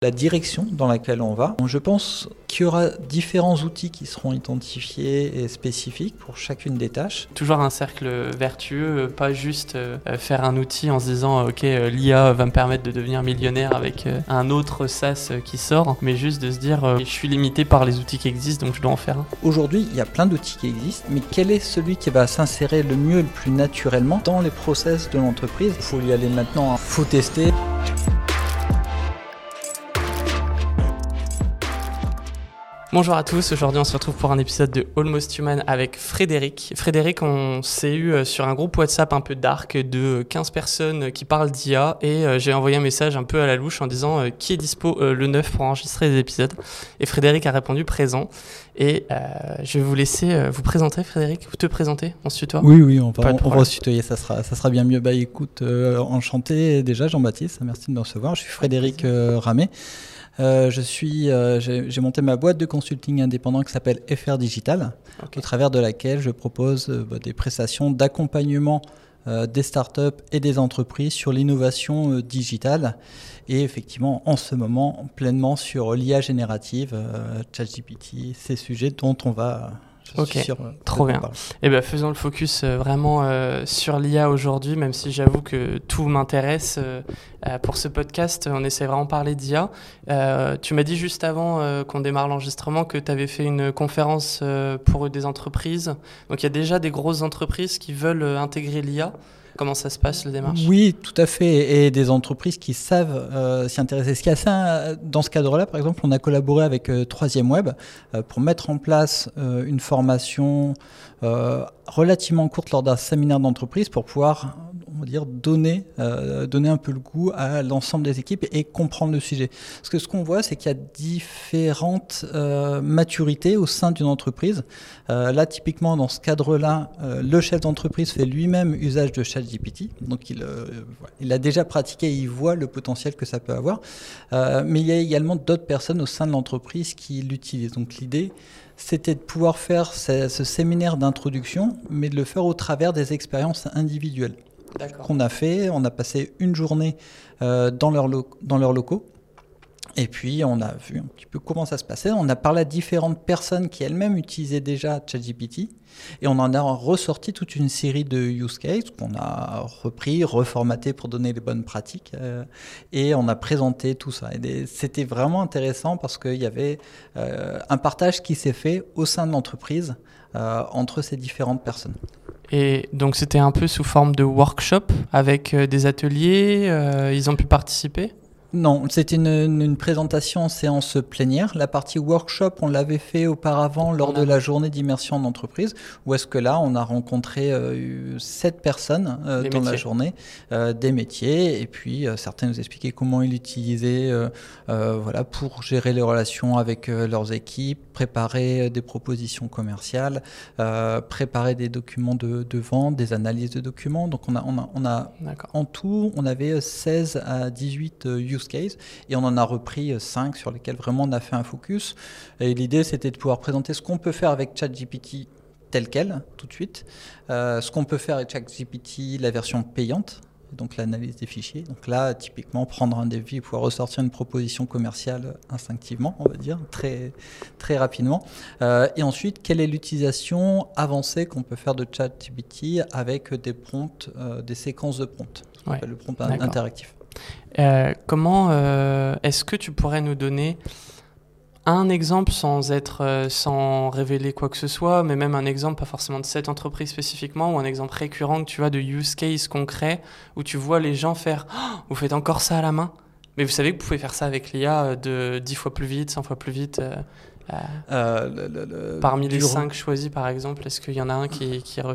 La direction dans laquelle on va. Je pense qu'il y aura différents outils qui seront identifiés et spécifiques pour chacune des tâches. Toujours un cercle vertueux, pas juste faire un outil en se disant ok, l'IA va me permettre de devenir millionnaire avec un autre SaaS qui sort, mais juste de se dire je suis limité par les outils qui existent donc je dois en faire un. Aujourd'hui, il y a plein d'outils qui existent, mais quel est celui qui va s'insérer le mieux et le plus naturellement dans les process de l'entreprise? Il faut y aller maintenant, il faut tester. Bonjour à tous, aujourd'hui on se retrouve pour un épisode de Almost Human avec Frédéric. Frédéric, on s'est eu sur un groupe WhatsApp un peu dark de 15 personnes qui parlent d'IA et j'ai envoyé un message un peu à la louche en disant qui est dispo le 9 pour enregistrer des épisodes. Et Frédéric a répondu présent et je vais vous laisser vous présenter Frédéric, vous te présenter, on se tutoie? Oui, on va se tutoyer, ça sera bien mieux. Bah écoute, enchanté déjà Jean-Baptiste, merci de me recevoir, je suis Frédéric Ramet. J'ai monté ma boîte de consulting indépendant qui s'appelle FR Digital, au travers de laquelle je propose des prestations d'accompagnement des startups et des entreprises sur l'innovation digitale et effectivement en ce moment pleinement sur l'IA générative, ChatGPT, ces sujets dont on va... Trop bien. Et ben faisons le focus vraiment sur l'IA aujourd'hui, même si j'avoue que tout m'intéresse. Pour ce podcast, on essaie vraiment de parler d'IA. Tu m'as dit juste avant qu'on démarre l'enregistrement que tu avais fait une conférence pour des entreprises. Donc il y a déjà des grosses entreprises qui veulent intégrer l'IA. Comment ça se passe, la démarche? Oui, tout à fait. Et des entreprises qui savent s'y intéresser. Ce qui est assez, dans ce cadre-là, par exemple, on a collaboré avec Troisième Web pour mettre en place une formation relativement courte lors d'un séminaire d'entreprise pour pouvoir, on va dire, donner un peu le goût à l'ensemble des équipes et comprendre le sujet. Parce que ce qu'on voit, c'est qu'il y a différentes maturités au sein d'une entreprise. Là, typiquement, dans ce cadre-là, le chef d'entreprise fait lui-même usage de ChatGPT. Donc, il a déjà pratiqué, il voit le potentiel que ça peut avoir. Mais il y a également d'autres personnes au sein de l'entreprise qui l'utilisent. Donc, l'idée, c'était de pouvoir faire ce séminaire d'introduction, mais de le faire au travers des expériences individuelles. D'accord. Qu'on a fait. On a passé une journée dans leurs locaux. Et puis, on a vu un petit peu comment ça se passait. On a parlé à différentes personnes qui elles-mêmes utilisaient déjà ChatGPT. Et on en a ressorti toute une série de use cases qu'on a repris, reformaté pour donner les bonnes pratiques. Et on a présenté tout ça. Et c'était vraiment intéressant parce qu'il y avait un partage qui s'est fait au sein de l'entreprise entre ces différentes personnes. Et donc c'était un peu sous forme de workshop avec des ateliers, ils ont pu participer? Non, c'était une présentation en séance plénière. La partie workshop, on l'avait fait auparavant lors de la journée d'immersion en entreprise, où est-ce que là, on a rencontré 7 personnes dans la journée, des métiers, et puis certains nous expliquaient comment ils l'utilisaient pour gérer les relations avec leurs équipes, préparer des propositions commerciales, préparer des documents de vente, des analyses de documents. Donc on a en tout, on avait 16 à 18 use case et on en a repris 5 sur lesquels vraiment on a fait un focus. Et l'idée, c'était de pouvoir présenter ce qu'on peut faire avec ChatGPT tel quel, tout de suite, ce qu'on peut faire avec ChatGPT, la version payante, donc l'analyse des fichiers. Donc là, typiquement, prendre un devis et pouvoir ressortir une proposition commerciale instinctivement, on va dire, très, très rapidement. Et ensuite, quelle est l'utilisation avancée qu'on peut faire de ChatGPT avec des prompts, des séquences de prompts, le prompt interactif. Comment est-ce que tu pourrais nous donner un exemple sans révéler quoi que ce soit, mais même un exemple, pas forcément de cette entreprise spécifiquement, ou un exemple récurrent que tu as de use case concret où tu vois les gens faire « vous faites encore ça à la main ?» Mais vous savez que vous pouvez faire ça avec l'IA de 10 fois plus vite, 100 fois plus vite. Parmi les 5 choisis par exemple, est-ce qu'il y en a un qui revient ?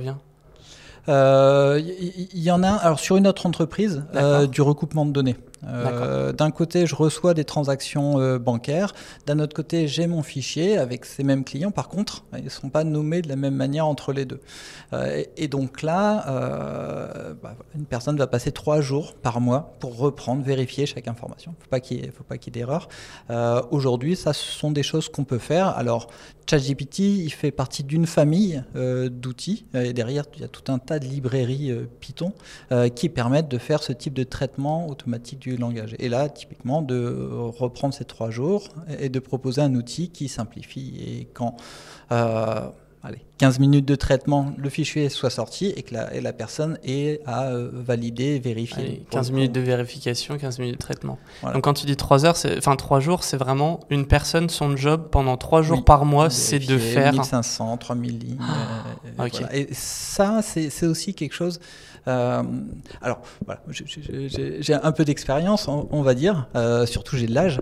Il y en a un, alors sur une autre entreprise, du recoupement de données. D'un côté, je reçois des transactions bancaires. D'un autre côté, j'ai mon fichier avec ces mêmes clients. Par contre, ils ne sont pas nommés de la même manière entre les deux. Et donc là, une personne va passer 3 jours par mois pour reprendre, vérifier chaque information. Il ne faut pas qu'il y ait d'erreur. Aujourd'hui, ça, ce sont des choses qu'on peut faire. Alors, ChatGPT, il fait partie d'une famille d'outils. Et derrière, il y a tout un tas de librairies Python qui permettent de faire ce type de traitement automatique du du langage. Et là, typiquement, de reprendre ces 3 jours et de proposer un outil qui simplifie. Et quand 15 minutes de traitement, le fichier soit sorti et que la personne ait à valider, vérifier. Allez, 15 minutes de vérification, 15 minutes de traitement. Voilà. Donc quand tu dis 3 jours, c'est vraiment une personne, son job pendant 3 jours par mois, c'est de faire 1500, 3000 lignes. Okay. Voilà. Et ça, c'est aussi quelque chose. Alors, voilà, j'ai un peu d'expérience, on va dire, surtout j'ai de l'âge.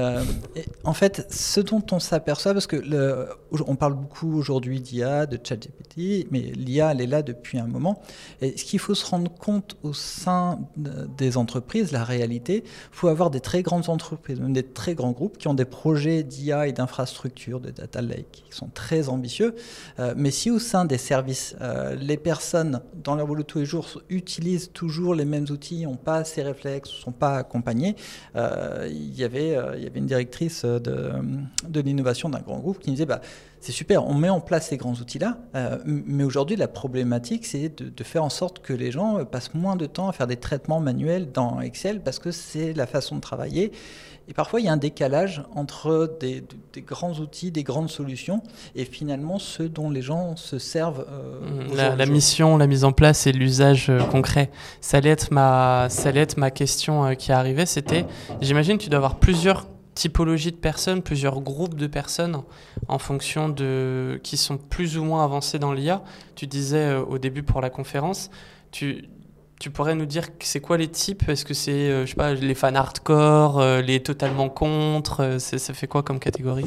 En fait, ce dont on s'aperçoit, parce que on parle beaucoup aujourd'hui d'IA, de ChatGPT, mais l'IA, elle est là depuis un moment. Et ce qu'il faut se rendre compte au sein des entreprises, la réalité, il faut avoir des très grandes entreprises, même des très grands groupes qui ont des projets d'IA et d'infrastructure, de data lake, qui sont très ambitieux. Mais si au sein des services, les personnes, dans leur boulot de tous les jours, utilisent toujours les mêmes outils, n'ont pas ces réflexes, ne sont pas accompagnés, il y avait une directrice de l'innovation d'un grand groupe qui me disait c'est super, on met en place ces grands outils-là, mais aujourd'hui, la problématique, c'est de faire en sorte que les gens passent moins de temps à faire des traitements manuels dans Excel parce que c'est la façon de travailler. Et parfois, il y a un décalage entre des grands outils, des grandes solutions, et finalement, ceux dont les gens se servent. La mission, la mise en place et l'usage concret. Ça allait être ma question qui arrivait, c'était, j'imagine que tu dois avoir plusieurs typologies de personnes, plusieurs groupes de personnes en fonction de qui sont plus ou moins avancés dans l'IA. Tu disais au début pour la conférence, tu pourrais nous dire c'est quoi les types? Est-ce que c'est, je sais pas, les fans hardcore, les totalement contre? Ça fait quoi comme catégorie?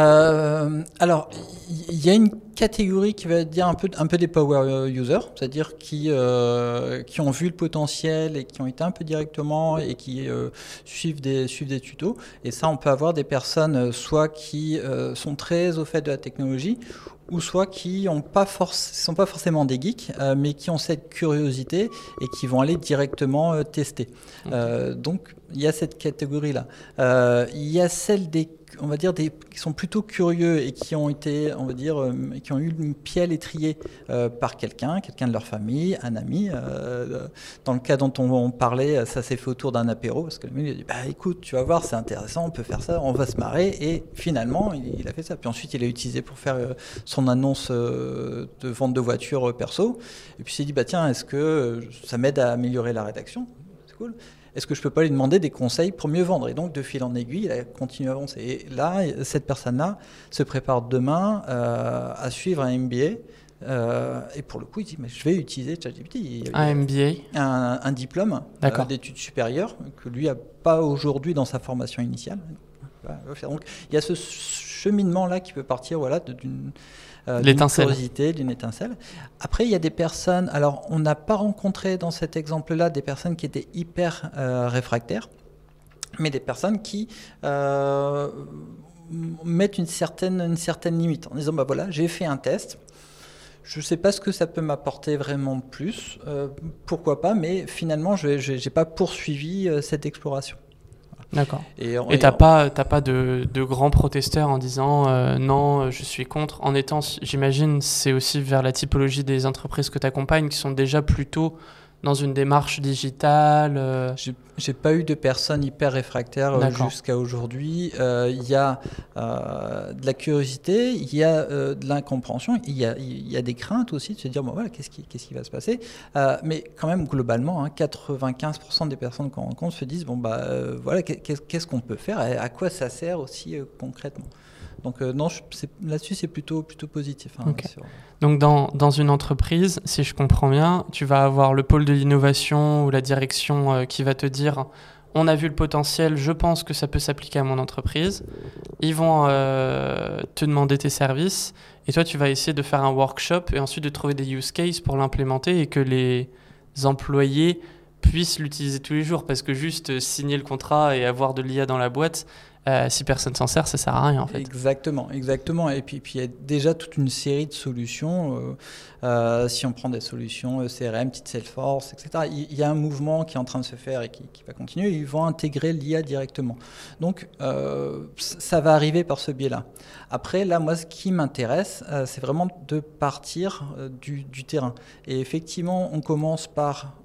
Alors, il y a une catégorie qui va dire un peu des power users, c'est-à-dire qui ont vu le potentiel et qui ont été un peu directement et qui suivent des tutos. Et ça, on peut avoir des personnes soit qui sont très au fait de la technologie, ou soit qui sont pas forcément des geeks, mais qui ont cette curiosité et qui vont aller directement tester. Donc, il y a cette catégorie-là. Il y a celle on va dire qui sont plutôt curieux et qui ont été, on va dire, qui ont eu une pielle étrillée par quelqu'un de leur famille, un ami. Dans le cas dont on parlait, ça s'est fait autour d'un apéro parce que le mec a dit écoute, tu vas voir, c'est intéressant, on peut faire ça, on va se marrer. Et finalement, il a fait ça. Puis ensuite, il l'a utilisé pour faire son annonce de vente de voitures perso. Et puis il s'est dit tiens, est-ce que ça m'aide à améliorer la rédaction? C'est cool. Est-ce que je ne peux pas lui demander des conseils pour mieux vendre? Et donc, de fil en aiguille, il a continué à avancer. Et là, cette personne-là se prépare demain à suivre un MBA. Et pour le coup, il dit je vais utiliser ChatGPT. Un MBA, un diplôme d'études supérieures que lui n'a pas aujourd'hui dans sa formation initiale. Donc, il y a ce cheminement-là qui peut partir d'une curiosité, d'une étincelle. Après, il y a des personnes, alors on n'a pas rencontré dans cet exemple-là des personnes qui étaient hyper réfractaires, mais des personnes qui mettent une certaine limite en disant voilà, j'ai fait un test, je ne sais pas ce que ça peut m'apporter vraiment de plus, pourquoi pas, mais finalement, je n'ai pas poursuivi cette exploration. D'accord. Et t'as pas de grands protesteurs en disant non, je suis contre. En étant, j'imagine, c'est aussi vers la typologie des entreprises que tu accompagnes qui sont déjà plutôt dans une démarche digitale. J'ai pas eu de personnes hyper réfractaires jusqu'à aujourd'hui. Il y a de la curiosité, il y a de l'incompréhension, il y a des craintes aussi de se dire voilà, qu'est-ce qui va se passer. Mais quand même globalement, 95% des personnes qu'on rencontre se disent voilà, qu'est-ce qu'on peut faire et à quoi ça sert aussi concrètement. Donc non, là-dessus c'est plutôt positif. Okay. Donc dans une entreprise, si je comprends bien, tu vas avoir le pôle de l'innovation ou la direction qui va te dire on a vu le potentiel, je pense que ça peut s'appliquer à mon entreprise. Ils vont te demander tes services et toi tu vas essayer de faire un workshop et ensuite de trouver des use cases pour l'implémenter et que les employés puissent l'utiliser tous les jours parce que juste signer le contrat et avoir de l'IA dans la boîte, si personne s'en sert, ça sert à rien en fait. Exactement. Et puis il y a déjà toute une série de solutions. Si on prend des solutions CRM, type Salesforce, etc. Il y a un mouvement qui est en train de se faire et qui va continuer. Ils vont intégrer l'IA directement. Donc ça va arriver par ce biais-là. Après, là, moi, ce qui m'intéresse, c'est vraiment de partir du terrain. Et effectivement, on commence par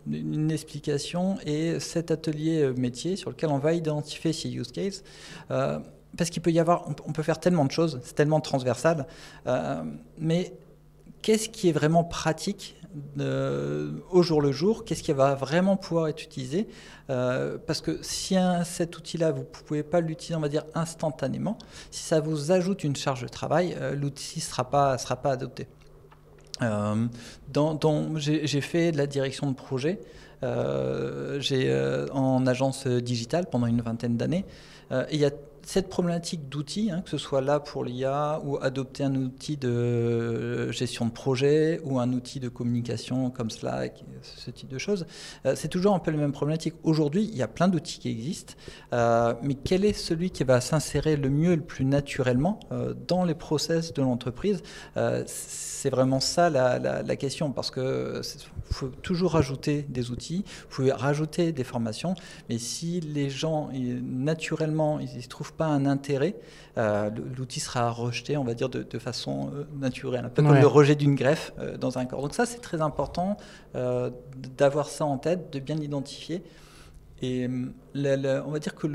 une explication et 7 ateliers métiers sur lesquels on va identifier ces use cases. Parce qu'il peut y avoir, on peut faire tellement de choses, c'est tellement transversal, mais qu'est-ce qui est vraiment pratique au jour le jour? Qu'est-ce qui va vraiment pouvoir être utilisé? Parce que si cet outil-là, vous ne pouvez pas l'utiliser, on va dire, instantanément, si ça vous ajoute une charge de travail, l'outil ne sera pas adopté. J'ai fait de la direction de projet en agence digitale pendant une vingtaine d'années. Il y a cette problématique d'outils, que ce soit là pour l'IA ou adopter un outil de gestion de projet ou un outil de communication comme Slack, ce type de choses, c'est toujours un peu la même problématique. Aujourd'hui, il y a plein d'outils qui existent, mais quel est celui qui va s'insérer le mieux et le plus naturellement dans les process de l'entreprise? C'est vraiment ça la question, parce que faut toujours rajouter des outils, vous pouvez rajouter des formations, mais si les gens naturellement ils ne trouvent pas un intérêt, l'outil sera rejeté, on va dire, de façon naturelle, un peu comme le rejet d'une greffe dans un corps. Donc ça, c'est très important d'avoir ça en tête, de bien l'identifier. Et on va dire que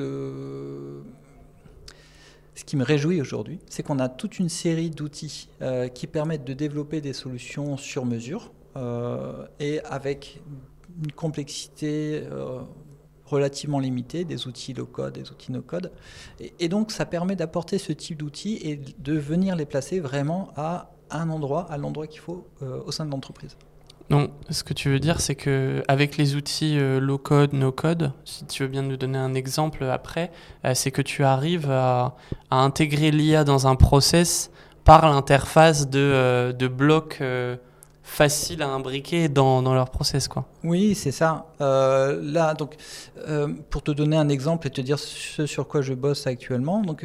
ce qui me réjouit aujourd'hui, c'est qu'on a toute une série d'outils qui permettent de développer des solutions sur mesure et avec une complexité relativement limitée, des outils low-code, des outils no-code. Et donc, ça permet d'apporter ce type d'outils et de venir les placer vraiment à l'endroit qu'il faut au sein de l'entreprise. Donc, ce que tu veux dire, c'est qu'avec les outils low-code, no-code, si tu veux bien nous donner un exemple après, c'est que tu arrives à intégrer l'IA dans un process par l'interface de blocs faciles à imbriquer dans leur process, quoi. Oui, c'est ça. Là, donc, pour te donner un exemple et te dire ce sur quoi je bosse actuellement, donc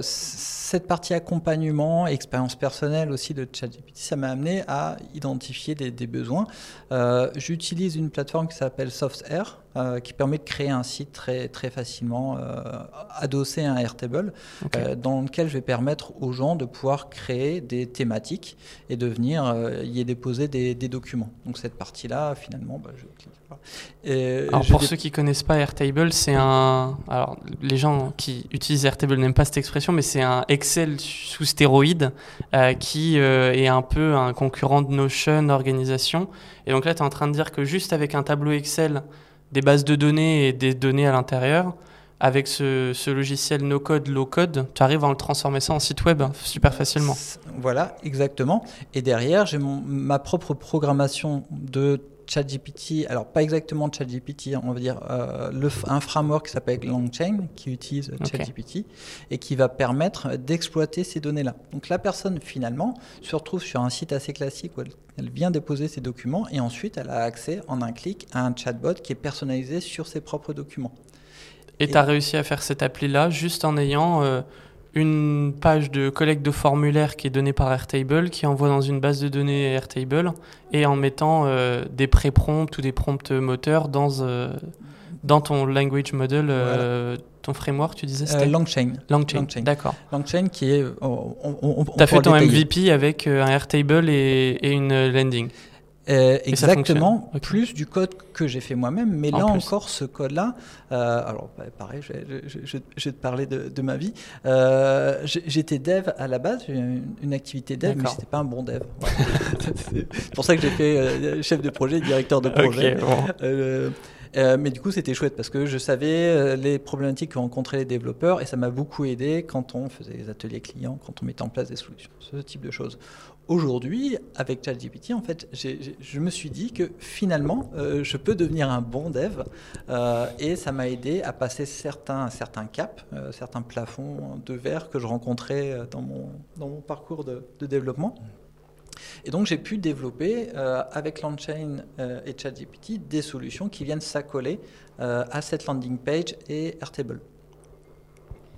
cette partie accompagnement, expérience personnelle aussi de ChatGPT, ça m'a amené à identifier des besoins. J'utilise une plateforme qui s'appelle SoftAir, qui permet de créer un site très, très facilement adossé à un Airtable, dans lequel je vais permettre aux gens de pouvoir créer des thématiques et de venir y déposer des documents. Donc cette partie-là, finalement, je clique. Alors pour ceux qui ne connaissent pas Airtable, c'est alors les gens qui utilisent Airtable n'aiment pas cette expression, mais c'est un Excel sous stéroïdes qui est un peu un concurrent de Notion, organisation. Et donc là, tu es en train de dire que juste avec un tableau Excel, des bases de données et des données à l'intérieur, avec ce logiciel no-code, low-code, tu arrives à le transformer ça en site web super facilement. Voilà, exactement. Et derrière, j'ai ma propre programmation de ChatGPT, alors pas exactement ChatGPT, on va dire un framework qui s'appelle LangChain, qui utilise ChatGPT et qui va permettre d'exploiter ces données-là. Donc la personne finalement se retrouve sur un site assez classique où elle vient déposer ses documents et ensuite elle a accès en un clic à un chatbot qui est personnalisé sur ses propres documents. Et tu as réussi à faire cette appli-là juste en ayant une page de collecte de formulaires qui est donnée par Airtable, qui envoie dans une base de données Airtable, et en mettant des pré-prompts ou des prompts moteurs dans ton language model, ton framework, tu disais c'était LangChain. D'accord. LangChain qui est... Tu as fait ton MVP avec un Airtable et une landing. Exactement, plus du code que j'ai fait moi-même, mais là encore, ce code-là, alors pareil, je vais te parler de ma vie. J'étais dev à la base, j'ai une activité dev, mais je n'étais pas un bon dev. Voilà. C'est pour ça que j'ai fait chef de projet, directeur de projet. Mais du coup, c'était chouette parce que je savais les problématiques que rencontraient les développeurs et ça m'a beaucoup aidé quand on faisait des ateliers clients, quand on mettait en place des solutions, ce type de choses. Aujourd'hui, avec ChatGPT, en fait, je me suis dit que finalement, je peux devenir un bon dev et ça m'a aidé à passer certains caps, certains plafonds de verre que je rencontrais dans mon parcours de développement. Et donc, j'ai pu développer avec LangChain et ChatGPT des solutions qui viennent s'accoler à cette landing page et Airtable.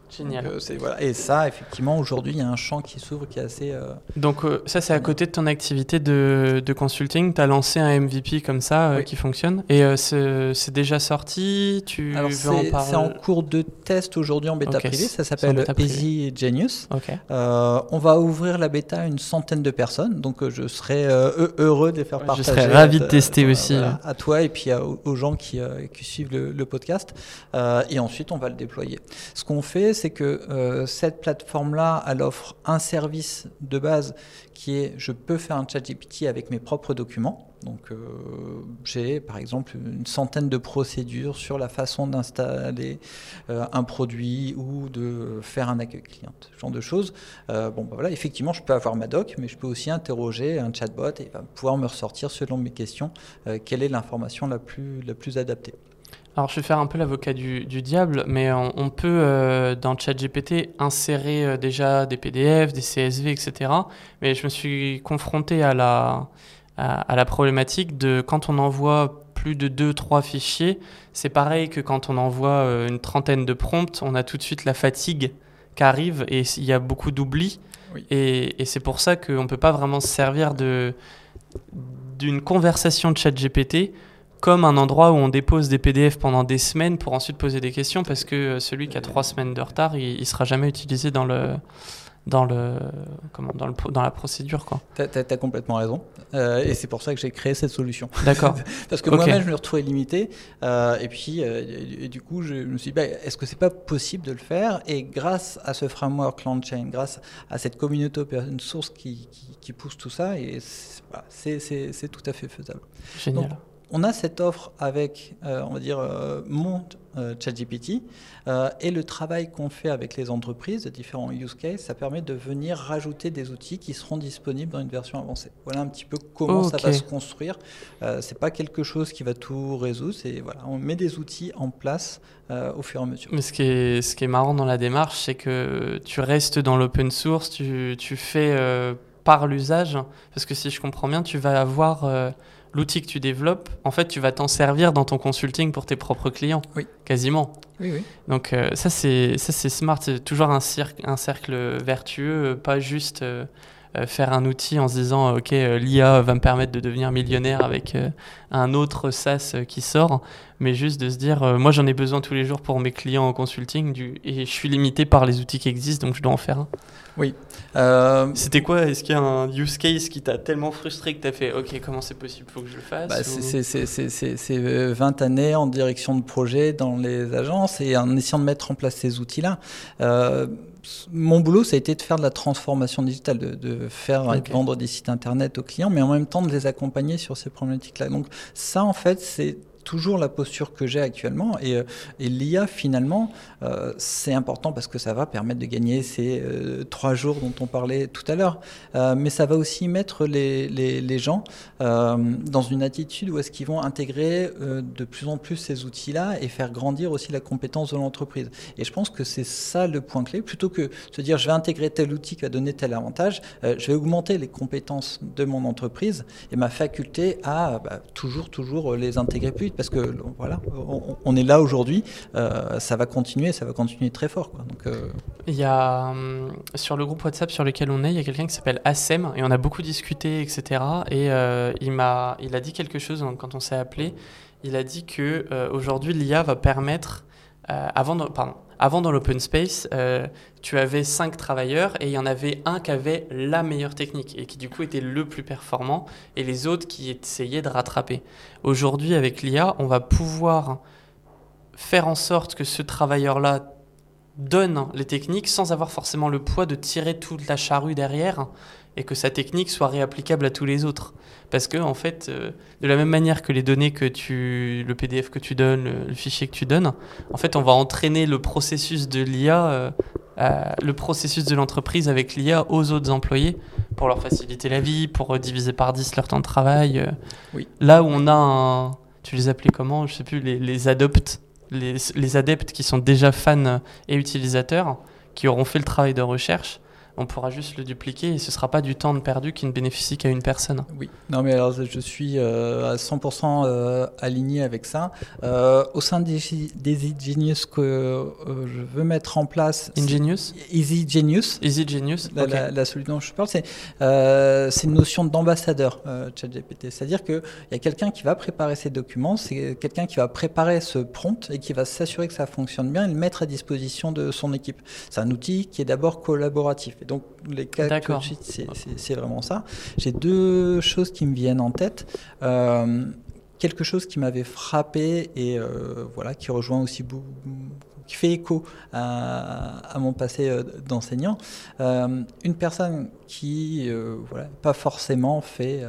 Génial. Donc, voilà. Et ça, effectivement, aujourd'hui, il y a un champ qui s'ouvre qui est assez... Donc ça, c'est à côté de ton activité de consulting. Tu as lancé un MVP comme ça Oui. qui fonctionne. Et c'est déjà sorti. Alors, c'est en cours de test aujourd'hui en bêta privée. Ça s'appelle Easy Genius. On va ouvrir la bêta à une centaine de personnes. Donc, je serais heureux de les faire partager. Je serais ravi de tester aussi. À toi et puis aux gens qui suivent le podcast. Et ensuite, on va le déployer. Ce qu'on fait, c'est que cette plateforme-là, elle offre un service de base qui est je peux faire un ChatGPT avec mes propres documents. Donc j'ai par exemple une centaine de procédures sur la façon d'installer un produit ou de faire un accueil client, ce genre de choses. Voilà, effectivement, je peux avoir ma doc, mais je peux aussi interroger un chatbot et il va pouvoir me ressortir selon mes questions quelle est l'information la plus adaptée. Alors, je vais faire un peu l'avocat du diable, mais on peut, dans ChatGPT, insérer déjà des PDF, des CSV, etc. Mais je me suis confronté à la problématique de quand on envoie plus de 2-3 fichiers, c'est pareil que quand on envoie une trentaine de prompts, on a tout de suite la fatigue qui arrive et il y a beaucoup d'oubli. Oui. Et c'est pour ça qu'on ne peut pas vraiment se servir d'une conversation de ChatGPT comme un endroit où on dépose des PDF pendant des semaines pour ensuite poser des questions, parce que celui qui a 3 semaines de retard, il sera jamais utilisé dans la procédure, quoi. T'as complètement raison. Et c'est pour ça que j'ai créé cette solution. D'accord. Parce que moi-même, je me retrouvais limité. Et puis, du coup, je me suis dit, est-ce que c'est pas possible de le faire ? Et grâce à ce framework LangChain, grâce à cette communauté open source qui pousse tout ça, c'est tout à fait faisable. Génial. Donc, on a cette offre avec, on va dire, mon ChatGPT et le travail qu'on fait avec les entreprises, de différents use cases, ça permet de venir rajouter des outils qui seront disponibles dans une version avancée. Voilà un petit peu comment ça va se construire. C'est pas quelque chose qui va tout résoudre, on met des outils en place au fur et à mesure. Mais ce qui est marrant dans la démarche, c'est que tu restes dans l'open source, tu fais par l'usage, parce que si je comprends bien, tu vas avoir... l'outil que tu développes, en fait, tu vas t'en servir dans ton consulting pour tes propres clients, quasiment. Oui. Donc ça c'est smart, c'est toujours un cercle vertueux, pas juste faire un outil en se disant ok, l'IA va me permettre de devenir millionnaire avec un autre SaaS qui sort, mais juste de se dire moi j'en ai besoin tous les jours pour mes clients en consulting et je suis limité par les outils qui existent, donc je dois en faire un. Oui. C'était quoi ? Est-ce qu'il y a un use case qui t'a tellement frustré que t'as fait ok, comment c'est possible, faut que je le fasse C'est 20 années en direction de projet dans les agences et en essayant de mettre en place ces outils-là. Mon boulot, ça a été de faire de la transformation digitale, de faire et de vendre des sites internet aux clients, mais en même temps de les accompagner sur ces problématiques-là. Donc ça, en fait, c'est toujours la posture que j'ai actuellement et l'IA finalement c'est important parce que ça va permettre de gagner ces 3 jours dont on parlait tout à l'heure, mais ça va aussi mettre les gens dans une attitude où est-ce qu'ils vont intégrer de plus en plus ces outils-là et faire grandir aussi la compétence de l'entreprise. Et je pense que c'est ça le point clé, plutôt que se dire je vais intégrer tel outil qui va donner tel avantage, je vais augmenter les compétences de mon entreprise et ma faculté à toujours les intégrer plus vite. Parce que voilà, on est là aujourd'hui, ça va continuer très fort, quoi. Donc, il y a sur le groupe WhatsApp sur lequel on est, il y a quelqu'un qui s'appelle Assem et on a beaucoup discuté, etc. Et il a dit quelque chose quand on s'est appelé. Il a dit que aujourd'hui l'IA va permettre avant dans l'open space, tu avais 5 travailleurs et il y en avait un qui avait la meilleure technique et qui du coup était le plus performant et les autres qui essayaient de rattraper. Aujourd'hui, avec l'IA, on va pouvoir faire en sorte que ce travailleur-là donne les techniques sans avoir forcément le poids de tirer toute la charrue derrière et que sa technique soit réapplicable à tous les autres. Parce que, en fait, de la même manière que les données le PDF que tu donnes, le fichier que tu donnes, en fait, on va entraîner le processus de l'IA, le processus de l'entreprise avec l'IA aux autres employés pour leur faciliter la vie, pour diviser par 10 leur temps de travail. Là où on a tu les appelais comment ? Je sais plus, les adoptes, les adeptes qui sont déjà fans et utilisateurs, qui auront fait le travail de recherche. on pourra juste le dupliquer et ce ne sera pas du temps de perdu qui ne bénéficie qu'à une personne. Oui, non mais alors je suis à 100% aligné avec ça. Au sein d'Easy Genius que je veux mettre en place... Ingenious Easy Genius. Easy Genius, okay. La solution dont je parle, c'est une notion d'ambassadeur ChatGPT. C'est-à-dire qu'il y a quelqu'un qui va préparer ces documents, c'est quelqu'un qui va préparer ce prompt et qui va s'assurer que ça fonctionne bien et le mettre à disposition de son équipe. C'est un outil qui est d'abord collaboratif. Et donc, les cas c'est vraiment ça. J'ai deux choses qui me viennent en tête. Quelque chose qui m'avait frappé et voilà, qui rejoint aussi qui fait écho à mon passé d'enseignant. Une personne qui voilà, pas forcément fait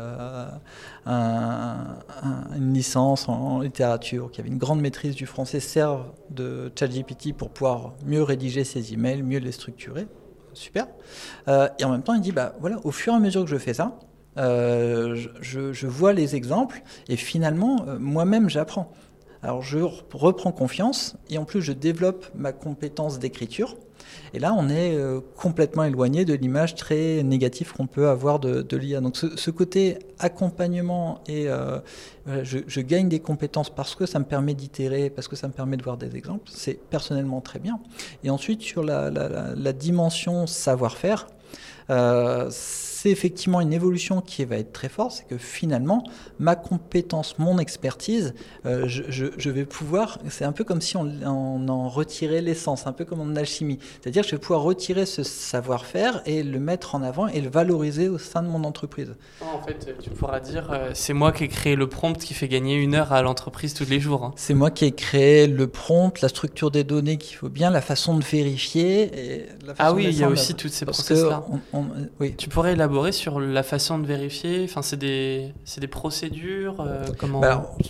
une licence en littérature, qui avait une grande maîtrise du français, serve de ChatGPT pour pouvoir mieux rédiger ses emails, mieux les structurer. Super. Et en même temps, il dit, bah, voilà, au fur et à mesure que je fais ça, je vois les exemples et finalement, moi-même, j'apprends. Alors, je reprends confiance et en plus, je développe ma compétence d'écriture. Et là, on est complètement éloigné de l'image très négative qu'on peut avoir de l'IA. Donc, ce côté accompagnement et je gagne des compétences parce que ça me permet d'itérer, parce que ça me permet de voir des exemples, c'est personnellement très bien. Et ensuite, sur la dimension savoir-faire, c'est effectivement une évolution qui va être très forte, c'est que finalement, ma compétence, mon expertise, je vais pouvoir, c'est un peu comme si on en retirait l'essence, un peu comme en alchimie. C'est-à-dire que je vais pouvoir retirer ce savoir-faire et le mettre en avant et le valoriser au sein de mon entreprise. En fait, tu pourras dire, c'est moi qui ai créé le prompt qui fait gagner 1 heure à l'entreprise tous les jours. Hein. C'est moi qui ai créé le prompt, la structure des données qu'il faut bien, la façon de vérifier. Et la façon il y a aussi tous ces process-là. Oui. Tu pourrais élaborer sur la façon de vérifier, enfin, c'est des procédures, comment...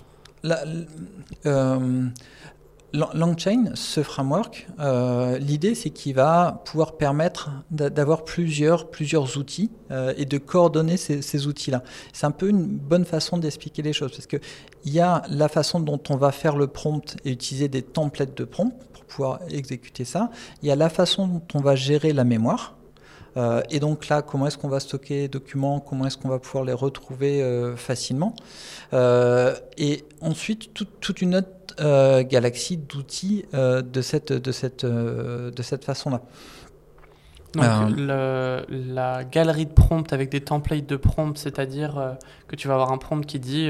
LangChain, ce framework, l'idée c'est qu'il va pouvoir permettre d'avoir plusieurs outils et de coordonner ces outils-là. C'est un peu une bonne façon d'expliquer les choses parce qu'il y a la façon dont on va faire le prompt et utiliser des templates de prompt pour pouvoir exécuter ça. Il y a la façon dont on va gérer la mémoire. Et donc là, comment est-ce qu'on va stocker les documents, comment est-ce qu'on va pouvoir les retrouver facilement. Et ensuite, toute une autre galaxie d'outils de cette façon-là. Donc la galerie de prompts avec des templates de prompts, c'est-à-dire que tu vas avoir un prompt qui dit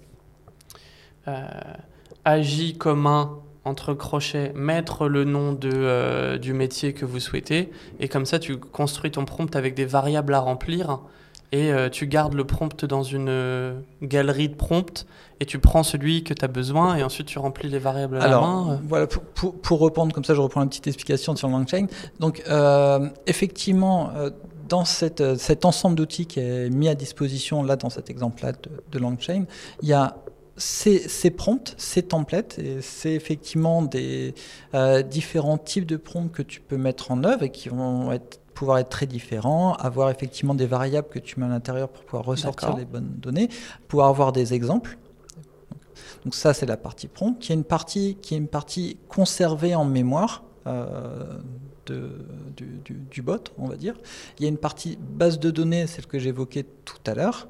agis comme un entre crochets, mettre le nom du métier que vous souhaitez, et comme ça tu construis ton prompt avec des variables à remplir, et tu gardes le prompt dans une galerie de prompts, et tu prends celui que tu as besoin, et ensuite tu remplis les variables à la main. Voilà, pour reprendre, comme ça je reprends une petite explication sur LangChain. Donc effectivement, dans cet ensemble d'outils qui est mis à disposition, là dans cet exemple-là de LangChain, il y a ces prompts, ces templates, et c'est effectivement des différents types de prompts que tu peux mettre en œuvre et qui vont pouvoir être très différents, avoir effectivement des variables que tu mets à l'intérieur pour pouvoir ressortir les bonnes données, pouvoir avoir des exemples. Donc ça, c'est la partie prompt. Il y a une partie conservée en mémoire du bot, on va dire. Il y a une partie base de données, celle que j'évoquais tout à l'heure.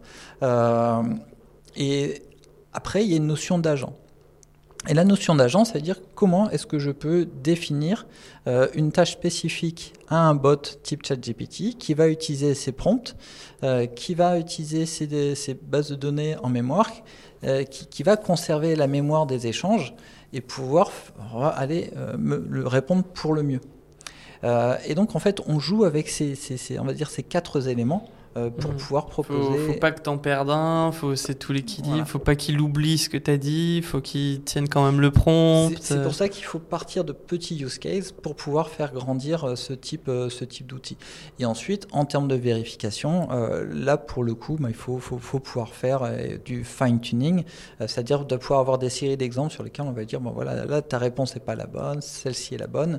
Et après, il y a une notion d'agent. Et la notion d'agent, ça veut dire comment est-ce que je peux définir une tâche spécifique à un bot type ChatGPT qui va utiliser ces prompts, qui va utiliser ces bases de données en mémoire, qui va conserver la mémoire des échanges et pouvoir aller me répondre pour le mieux. Et donc, en fait, on joue avec on va dire ces 4 éléments pour pouvoir proposer... Faut pas que t'en perdes un, c'est tout l'équilibre, voilà. Faut pas qu'il oublie ce que t'as dit, faut qu'il tienne quand même le prompt. C'est pour ça qu'il faut partir de petits use cases pour pouvoir faire grandir ce type d'outils. Et ensuite, en termes de vérification, là pour le coup, il faut pouvoir faire du fine-tuning, c'est-à-dire de pouvoir avoir des séries d'exemples sur lesquels on va dire, bon voilà, là ta réponse n'est pas la bonne, celle-ci est la bonne.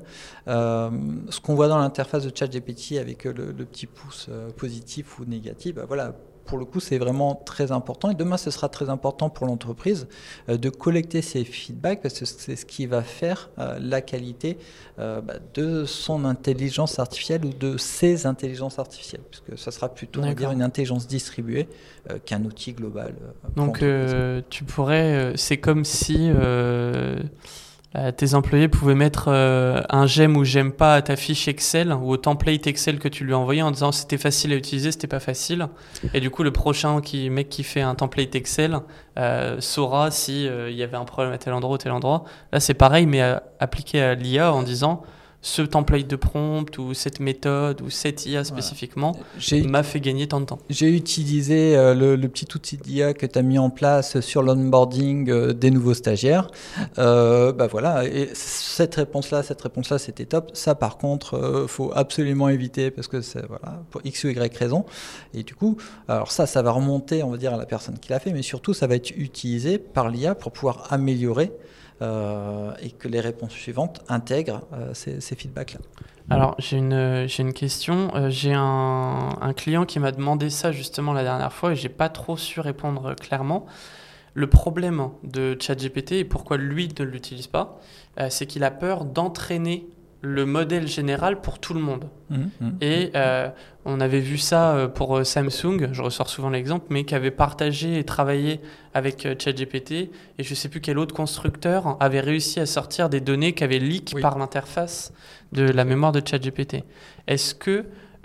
Ce qu'on voit dans l'interface de ChatGPT avec le petit pouce positif ou négatif, voilà, pour le coup, c'est vraiment très important. Et demain, ce sera très important pour l'entreprise de collecter ces feedbacks parce que c'est ce qui va faire la qualité de son intelligence artificielle ou de ses intelligences artificielles. Puisque ça sera plutôt, on va dire, une intelligence distribuée qu'un outil global. Donc, tu pourrais... c'est comme si... tes employés pouvaient mettre un j'aime ou j'aime pas à ta fiche Excel ou au template Excel que tu lui as envoyé en disant c'était facile à utiliser, c'était pas facile. Et du coup, le prochain mec qui fait un template Excel saura si y avait un problème à tel endroit ou tel endroit. Là, c'est pareil, mais appliqué à l'IA en disant ce template de prompt ou cette méthode ou cette IA spécifiquement m'a fait gagner tant de temps. J'ai utilisé le petit outil d'IA que tu as mis en place sur l'onboarding des nouveaux stagiaires. Voilà, et cette réponse-là, c'était top. Ça, par contre, faut absolument éviter parce que c'est pour X ou Y raison. Et du coup, alors ça va remonter, on va dire, à la personne qui l'a fait, mais surtout, ça va être utilisé par l'IA pour pouvoir améliorer et que les réponses suivantes intègrent ces feedbacks-là. Alors, j'ai une question. J'ai un client qui m'a demandé ça justement la dernière fois et j'ai pas trop su répondre clairement. Le problème de ChatGPT et pourquoi lui ne l'utilise pas, c'est qu'il a peur d'entraîner le modèle général pour tout le monde. Et on avait vu ça pour Samsung, je ressors souvent l'exemple, mais qui avait partagé et travaillé avec ChatGPT, et je ne sais plus quel autre constructeur avait réussi à sortir des données qui avaient leak par l'interface de la mémoire de ChatGPT. Est-ce que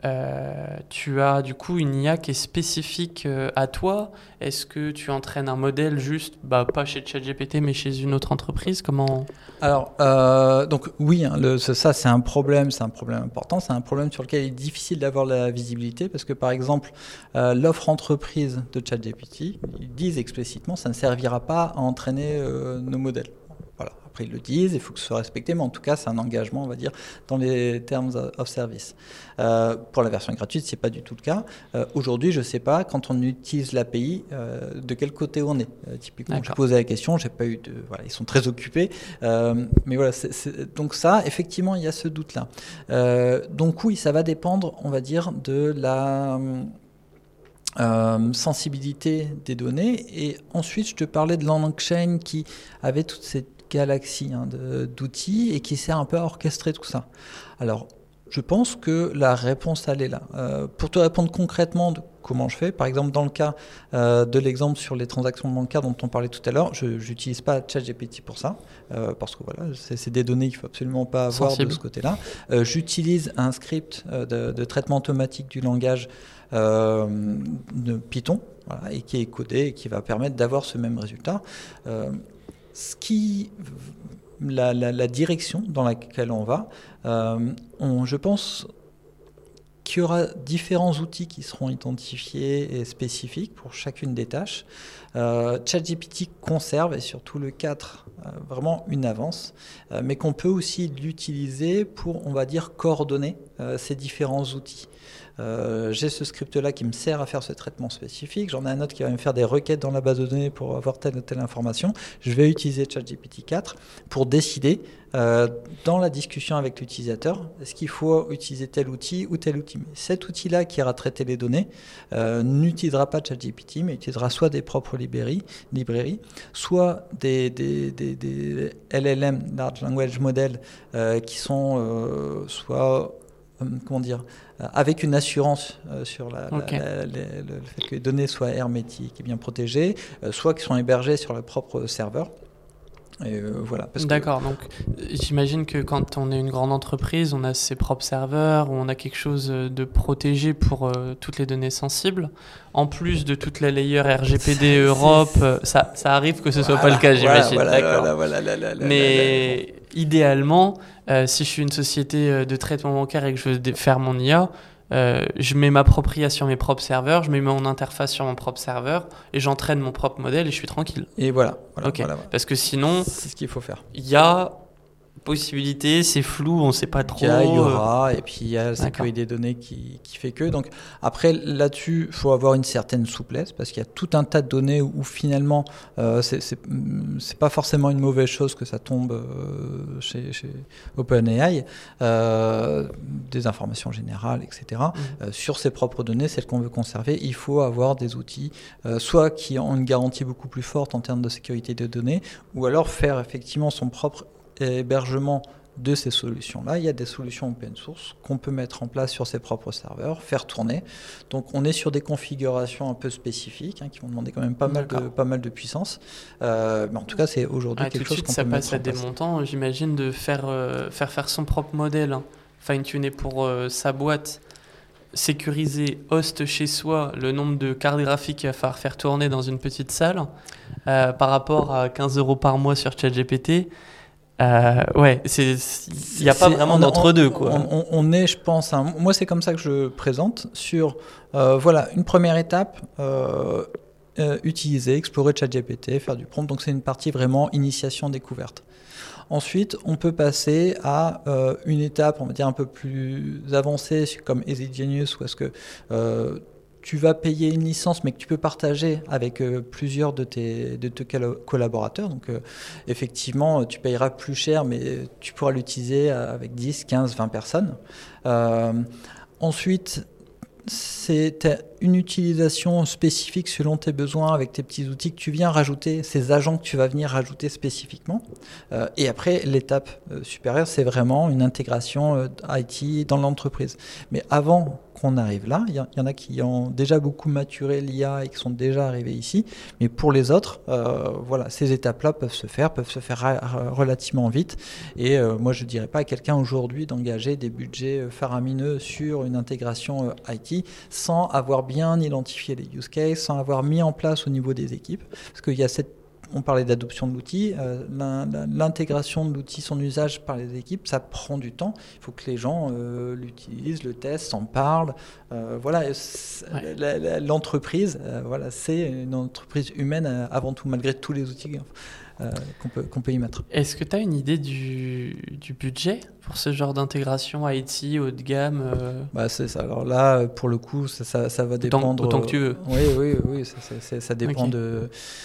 tu as du coup une IA qui est spécifique à toi? Est-ce que tu entraînes un modèle juste, pas chez ChatGPT mais chez une autre entreprise? Comment? Alors, donc oui, ça c'est un problème important, c'est un problème sur lequel il est difficile d'avoir la visibilité parce que par exemple, l'offre entreprise de ChatGPT, ils disent explicitement, ça ne servira pas à entraîner nos modèles. Voilà. Après, ils le disent, il faut que ce soit respecté, mais en tout cas, c'est un engagement, on va dire, dans les terms of service. Pour la version gratuite, c'est pas du tout le cas. Aujourd'hui, je ne sais pas, quand on utilise l'API, de quel côté on est. Typiquement, je posais la question, j'ai pas eu de... Voilà, ils sont très occupés. Mais voilà, donc ça, effectivement, il y a ce doute-là. Donc oui, ça va dépendre, on va dire, de la... sensibilité des données. Et ensuite, je te parlais de LangChain qui avait toute cette galaxie d'outils et qui sert un peu à orchestrer tout ça. Alors, je pense que la réponse, elle est là. Pour te répondre concrètement de comment je fais, par exemple, dans le cas de l'exemple sur les transactions bancaires dont on parlait tout à l'heure, je n'utilise pas ChatGPT pour ça, parce que voilà, c'est des données qu'il ne faut absolument pas avoir de ce côté-là. J'utilise un script de traitement automatique du langage de Python, voilà, et qui est codé et qui va permettre d'avoir ce même résultat. La direction dans laquelle on va, je pense qu'il y aura différents outils qui seront identifiés et spécifiques pour chacune des tâches. ChatGPT conserve, et surtout le 4, vraiment une avance, mais qu'on peut aussi l'utiliser pour, on va dire, coordonner ces différents outils. J'ai ce script-là qui me sert à faire ce traitement spécifique. J'en ai un autre qui va me faire des requêtes dans la base de données pour avoir telle ou telle information. Je vais utiliser ChatGPT 4 pour décider, dans la discussion avec l'utilisateur, est-ce qu'il faut utiliser tel outil ou tel outil. Mais cet outil-là qui ira traiter les données n'utilisera pas ChatGPT, mais utilisera soit des propres librairies, soit des LLM, Large Language Model, qui sont soit... avec une assurance sur le fait que les données soient hermétiques et bien protégées, soit qui sont hébergées sur le propre serveur. Et voilà. D'accord, donc j'imagine que quand on est une grande entreprise, on a ses propres serveurs, on a quelque chose de protégé pour toutes les données sensibles. En plus de toute la layer RGPD Europe, ça arrive que ce soit pas le cas, j'imagine. Mais idéalement, si je suis une société de traitement bancaire et que je veux faire mon IA, je mets ma propre IA sur mes propres serveurs, je mets mon interface sur mon propre serveur et j'entraîne mon propre modèle et je suis tranquille. Et voilà. Parce que sinon, c'est ce qu'il faut faire. Il y a possibilités, c'est flou, on ne sait pas trop. Il y aura, et puis il y a la sécurité des données qui fait que. Donc après, là-dessus, il faut avoir une certaine souplesse, parce qu'il y a tout un tas de données où finalement, c'est pas forcément une mauvaise chose que ça tombe chez OpenAI, des informations générales, etc. Sur ses propres données, celles qu'on veut conserver, il faut avoir des outils, soit qui ont une garantie beaucoup plus forte en termes de sécurité des données, ou alors faire effectivement son propre hébergement de ces solutions-là. Il y a des solutions open source qu'on peut mettre en place sur ses propres serveurs, faire tourner. Donc on est sur des configurations un peu spécifiques qui vont demander quand même pas mal de puissance. Mais en tout cas, c'est aujourd'hui quelque chose qu'on peut mettre en place. Ça passe à des montants, j'imagine, de faire son propre modèle, fine-tuner pour sa boîte, sécuriser, host chez soi, le nombre de cartes graphiques qu'il va falloir faire tourner dans une petite salle, par rapport à 15 € par mois sur ChatGPT. Ouais, il n'y a pas vraiment d'entre-deux, quoi. On est, je pense, moi c'est comme ça que je présente sur, voilà, une première étape, utiliser, explorer ChatGPT, faire du prompt. Donc c'est une partie vraiment initiation découverte. Ensuite, on peut passer à une étape, on va dire un peu plus avancée, comme Easy Genius, où est-ce que tu vas payer une licence, mais que tu peux partager avec plusieurs de tes collaborateurs. Donc, effectivement, tu payeras plus cher, mais tu pourras l'utiliser avec 10, 15, 20 personnes. Ensuite, c'est une utilisation spécifique selon tes besoins avec tes petits outils que tu viens rajouter, ces agents que tu vas venir rajouter spécifiquement. Et après, l'étape supérieure, c'est vraiment une intégration IT dans l'entreprise. Mais avant qu'on arrive là, il y en a qui ont déjà beaucoup maturé l'IA et qui sont déjà arrivés ici. Mais pour les autres, voilà, ces étapes-là peuvent se faire relativement vite. Et moi, je ne dirais pas à quelqu'un aujourd'hui d'engager des budgets faramineux sur une intégration IT sans avoir bien identifié les use cases, sans avoir mis en place au niveau des équipes. Parce qu'il y a on parlait d'adoption de l'outil, l'intégration de l'outil, son usage par les équipes, ça prend du temps. Il faut que les gens l'utilisent, le testent, s'en parlent. Voilà, l'entreprise, voilà, c'est une entreprise humaine avant tout, malgré tous les outils qu'on peut y mettre. Est-ce que tu as une idée du budget pour ce genre d'intégration IT haut de gamme c'est ça. Alors là, pour le coup, ça va dépendre. Autant que tu veux. Oui, ça dépend de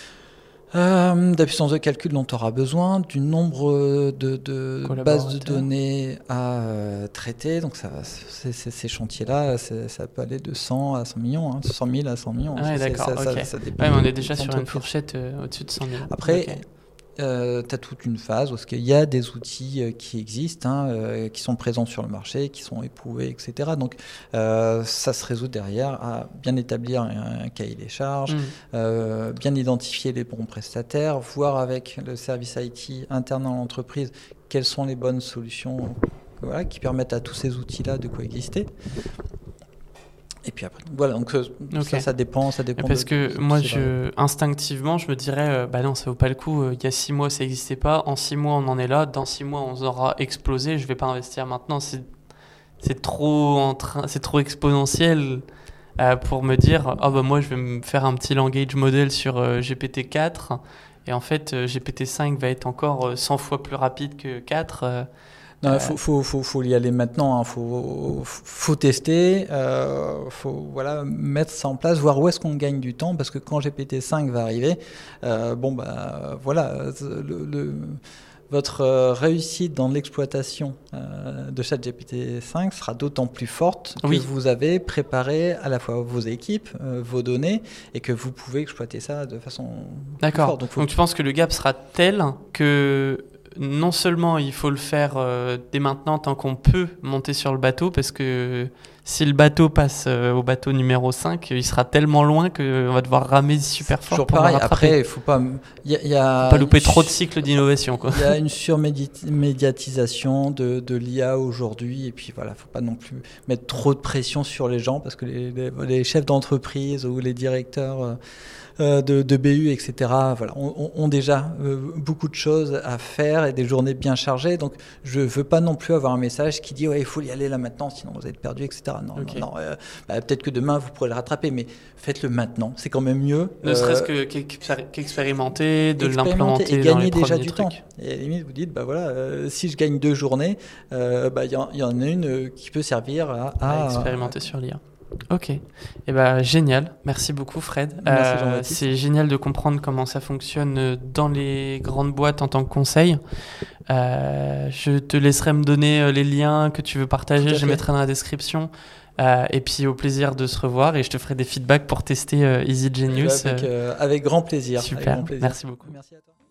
la puissance de calcul dont tu auras besoin, du nombre de bases de données à traiter. Donc ces chantiers-là, ça peut aller de 100 à 100 millions, 100 000 à 100 millions. Ah, d'accord, ok. Ça dépend mais on est déjà sur une fourchette au-dessus de 100 000. Après, tu as toute une phase où il y a des outils qui existent, qui sont présents sur le marché, qui sont éprouvés, etc. Donc ça se résout derrière à bien établir un cahier des charges, bien identifier les bons prestataires, voir avec le service IT interne dans l'entreprise quelles sont les bonnes solutions qui permettent à tous ces outils-là de coexister. Et puis après, voilà, donc ça dépend. Parce que moi, instinctivement, je me dirais, non, ça vaut pas le coup. Il y a 6 mois, ça n'existait pas. En 6 mois, on en est là. Dans 6 mois, on aura explosé. Je vais pas investir maintenant. C'est trop exponentiel pour me dire, moi, je vais me faire un petit language model sur GPT-4. Et en fait, GPT-5 va être encore 100 fois plus rapide que 4. Non, faut y aller maintenant. Faut tester, faut mettre ça en place, voir où est-ce qu'on gagne du temps, parce que quand GPT-5 va arriver, votre réussite dans l'exploitation de ChatGPT-5 sera d'autant plus forte que vous avez préparé à la fois vos équipes, vos données, et que vous pouvez exploiter ça de façon plus forte. Donc tu penses que le gap sera tel que non seulement il faut le faire dès maintenant tant qu'on peut monter sur le bateau, parce que si le bateau passe au bateau numéro 5, il sera tellement loin qu'on va devoir ramer super fort toujours pour pareil. le rattraper. Après, il faut pas louper trop de cycles d'innovation. Il y a une surmédiatisation de l'IA aujourd'hui, et puis voilà, faut pas non plus mettre trop de pression sur les gens, parce que les chefs d'entreprise ou les directeurs de BU, etc. ont déjà beaucoup de choses à faire et des journées bien chargées. Donc, je veux pas non plus avoir un message qui dit il faut y aller là maintenant, sinon vous êtes perdu, etc. ça. Non, peut-être que demain vous pourrez le rattraper, mais faites-le maintenant. C'est quand même mieux. Ne serait-ce qu'expérimenter, de l'implémenter et dans les gagner déjà du trucs. temps. Et à la limite, vous dites, si je gagne 2 journées, y en a une qui peut servir à expérimenter sur l'IA. Ok, génial, merci beaucoup Fred. Merci Jean-Baptiste. C'est génial de comprendre comment ça fonctionne dans les grandes boîtes en tant que conseil. Je te laisserai me donner les liens que tu veux partager, je les mettrai dans la description. Et puis au plaisir de se revoir et je te ferai des feedbacks pour tester Easy Genius. Avec grand plaisir. Super, avec grand plaisir. Merci beaucoup. Merci à toi.